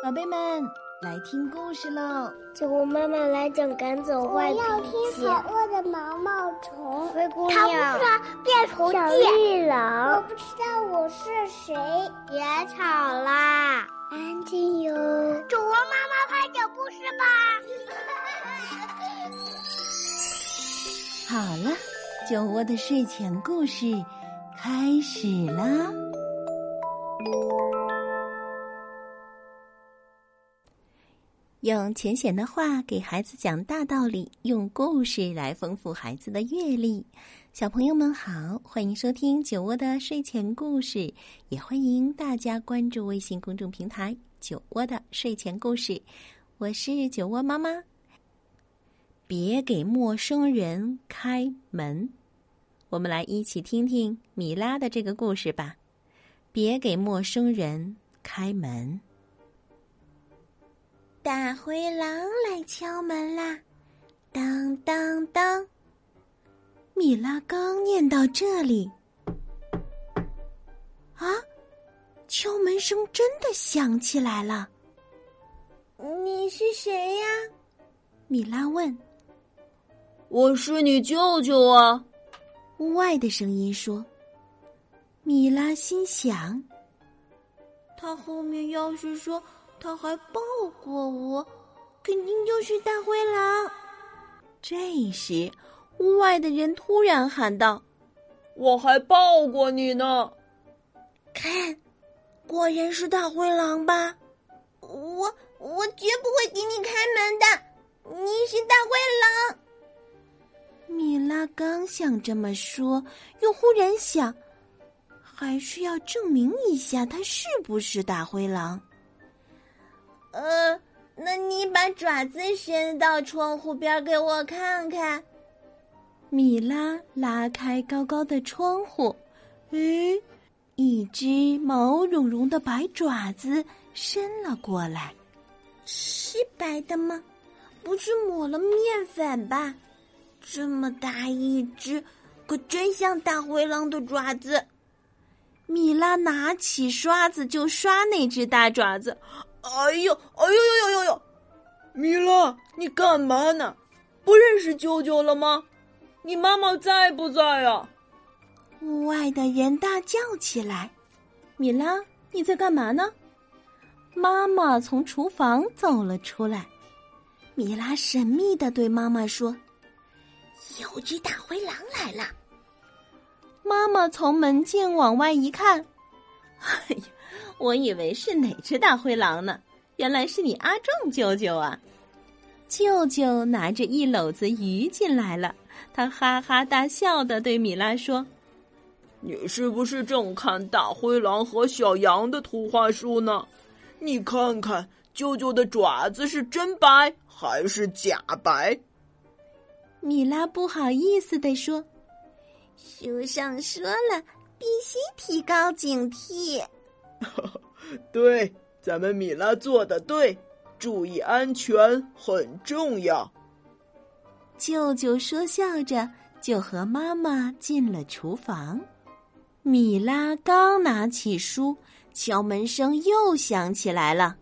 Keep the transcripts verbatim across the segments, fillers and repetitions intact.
宝贝们，来听故事喽！ 请我妈妈来讲赶走坏脾气。 我要听好饿的毛毛虫。 灰姑它娘， 不是变虫小记。 绿狼， 我不知道我是谁。 别吵啦， 安静哟。 主播妈妈快讲故事吧。 好了，酒窝的睡前故事开始啦！用浅显的话给孩子讲大道理，用故事来丰富孩子的阅历。小朋友们好，欢迎收听酒窝的睡前故事，也欢迎大家关注微信公众平台酒窝的睡前故事。我是酒窝妈妈。别给陌生人开门，我们来一起听听米拉的这个故事吧。别给陌生人开门。大灰狼来敲门啦！当当当！米拉刚念到这里，啊，敲门声真的响起来了。 你是谁呀？ 米拉问。 我是你舅舅啊， 屋外的声音说。米拉心想， 他后面要是说他还抱过我，肯定就是大灰狼。 这时，屋外的人突然喊道：“ 我还抱过你呢！” 看，果然是大灰狼吧？我我绝不会给你开门的，你是大灰狼。 米拉刚想这么说，又忽然想，还是要证明一下他是不是大灰狼。 呃，那你把爪子伸到窗户边给我看看。 米拉拉开高高的窗户，诶，一只毛茸茸的白爪子伸了过来。 是白的吗？不是抹了面粉吧？这么大一只，可真像大灰狼的爪子。 米拉拿起刷子就刷那只大爪子。 哎呦，哎呦呦呦呦呦！米拉，你干嘛呢？不认识舅舅了吗？你妈妈在不在啊？ 屋外的人大叫起来。米拉，你在干嘛呢？妈妈从厨房走了出来。米拉神秘地对妈妈说：“ 有只大灰狼来了。” 妈妈从门镜往外一看，哎呀，我以为是哪只大灰狼呢，原来是你阿壮舅舅啊！舅舅拿着一篓子鱼进来了，他哈哈大笑地对米拉说：“ 你是不是正看大灰狼和小羊的图画书呢？你看看舅舅的爪子是真白还是假白？” 米拉不好意思地说：“ 书上说了，必须提高警惕。” 对，咱们米拉做得对，注意安全很重要。 舅舅说笑着就和妈妈进了厨房。米拉刚拿起书，敲门声又响起来了。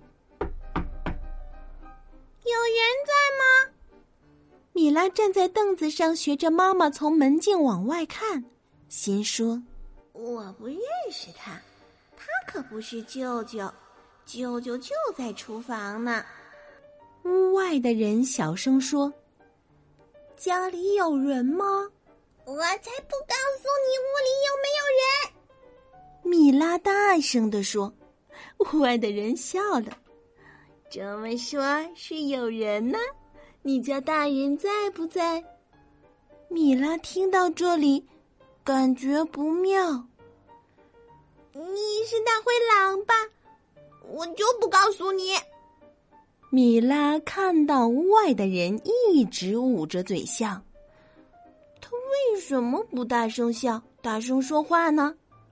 有人在吗？ 米拉站在凳子上，学着妈妈从门镜往外看，心说：“ 我不认识他，他可不是舅舅，舅舅就在厨房呢。” 屋外的人小声说：“家里有人吗？”“ 我才不告诉你屋里有没有人！” 米拉大声地说。屋外的人笑了：“ 这么说是有人呢？你家大人在不在？” 米拉听到这里，感觉不妙。 “你是大灰狼吧？我就不告诉你。” 米拉看到屋外的人一直捂着嘴笑，他为什么不大声笑、大声说话呢？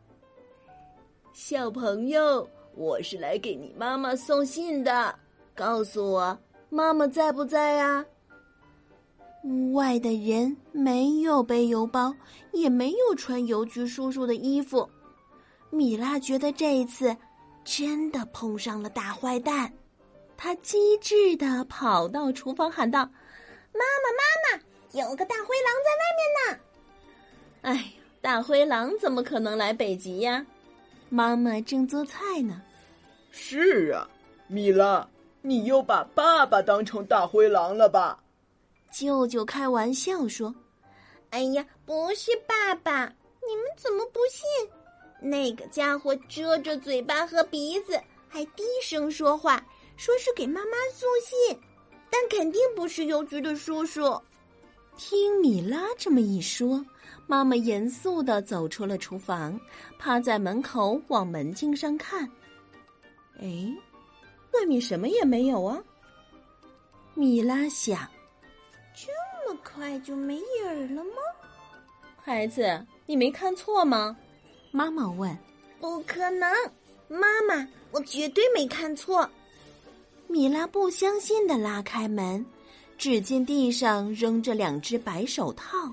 小朋友，我是来给你妈妈送信的，告诉我妈妈在不在啊？ 屋外的人没有背邮包，也没有穿邮局叔叔的衣服。米拉觉得这一次真的碰上了大坏蛋。 他机智地跑到厨房喊道：“ 妈妈，妈妈，有个大灰狼在外面呢！” 哎呀，大灰狼怎么可能来北极呀？妈妈正做菜呢。 是啊，米拉，你又把爸爸当成大灰狼了吧？ 舅舅开玩笑说：“ 哎呀，不是爸爸，你们怎么不信？那个家伙遮着嘴巴和鼻子，还低声说话，说是给妈妈送信，但肯定不是邮局的叔叔。” 听米拉这么一说，妈妈严肃地走出了厨房，趴在门口往门镜上看。哎，外面什么也没有啊。米拉想， 这么快就没影儿了吗？ 孩子，你没看错吗？妈妈问。 不可能，妈妈，我绝对没看错。 米拉不相信地拉开门，只见地上扔着两只白手套。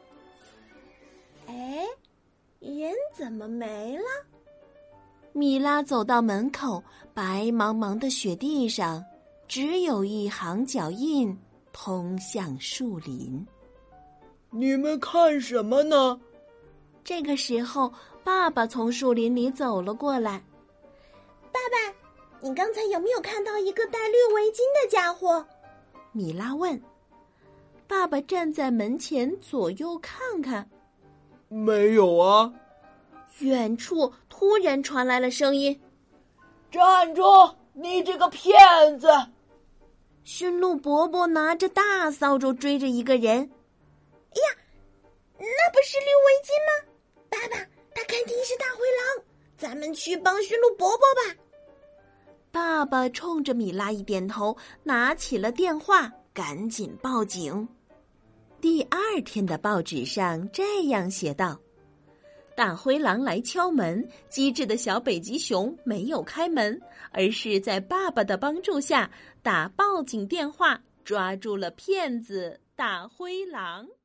哎，人怎么没了？ 米拉走到门口，白茫茫的雪地上，只有一行脚印，通向树林。 你们看什么呢？ 这个时候，爸爸从树林里走了过来。 爸爸，你刚才有没有看到一个戴绿围巾的家伙？ 米拉问。爸爸站在门前左右看看。 没有啊。 远处突然传来了声音：“ 站住！你这个骗子！” 驯鹿伯伯拿着大扫帚追着一个人。 哎呀，那不是绿围巾吗？爸爸，他肯定是大灰狼，咱们去帮驯鹿伯伯吧。 爸爸冲着米拉一点头，拿起了电话，赶紧报警。第二天的报纸上这样写道：大灰狼来敲门，机智的小北极熊没有开门，而是在爸爸的帮助下打报警电话，抓住了骗子大灰狼。